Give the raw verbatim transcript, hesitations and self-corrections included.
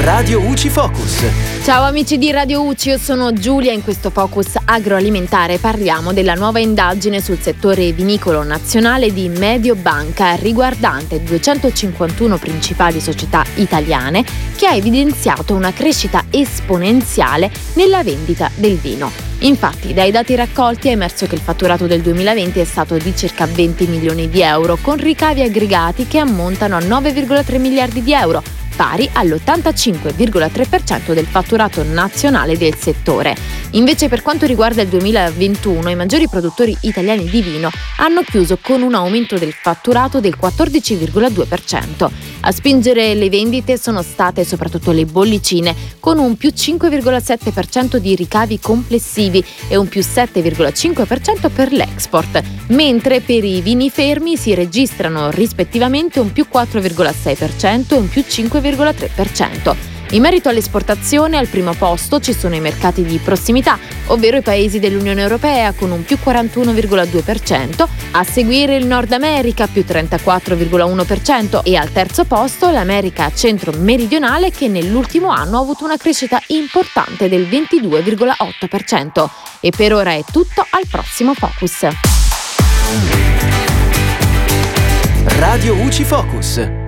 Radio U C I Focus. Ciao amici di Radio U C I, io sono Giulia. In questo Focus agroalimentare parliamo della nuova indagine sul settore vinicolo nazionale di Mediobanca riguardante duecentocinquantuno principali società italiane, che ha evidenziato una crescita esponenziale nella vendita del vino. Infatti, dai dati raccolti è emerso che il fatturato del duemilaventi è stato di circa venti milioni di euro, con ricavi aggregati che ammontano a nove virgola tre miliardi di euro, pari all'ottantacinque virgola tre per cento del fatturato nazionale del settore. Invece, per quanto riguarda il duemilaventuno, i maggiori produttori italiani di vino hanno chiuso con un aumento del fatturato del quattordici virgola due per cento. A spingere le vendite sono state soprattutto le bollicine, con un più cinque virgola sette per cento di ricavi complessivi e un più sette virgola cinque per cento per l'export, mentre per i vini fermi si registrano rispettivamente un più quattro virgola sei per cento e un più cinque virgola tre per cento. In merito all'esportazione, al primo posto ci sono i mercati di prossimità, ovvero i paesi dell'Unione Europea con un più quarantuno virgola due per cento, a seguire il Nord America più trentaquattro virgola uno per cento e al terzo posto l'America centro-meridionale, che nell'ultimo anno ha avuto una crescita importante del ventidue virgola otto per cento. E per ora è tutto, al prossimo Focus. Radio U C I Focus.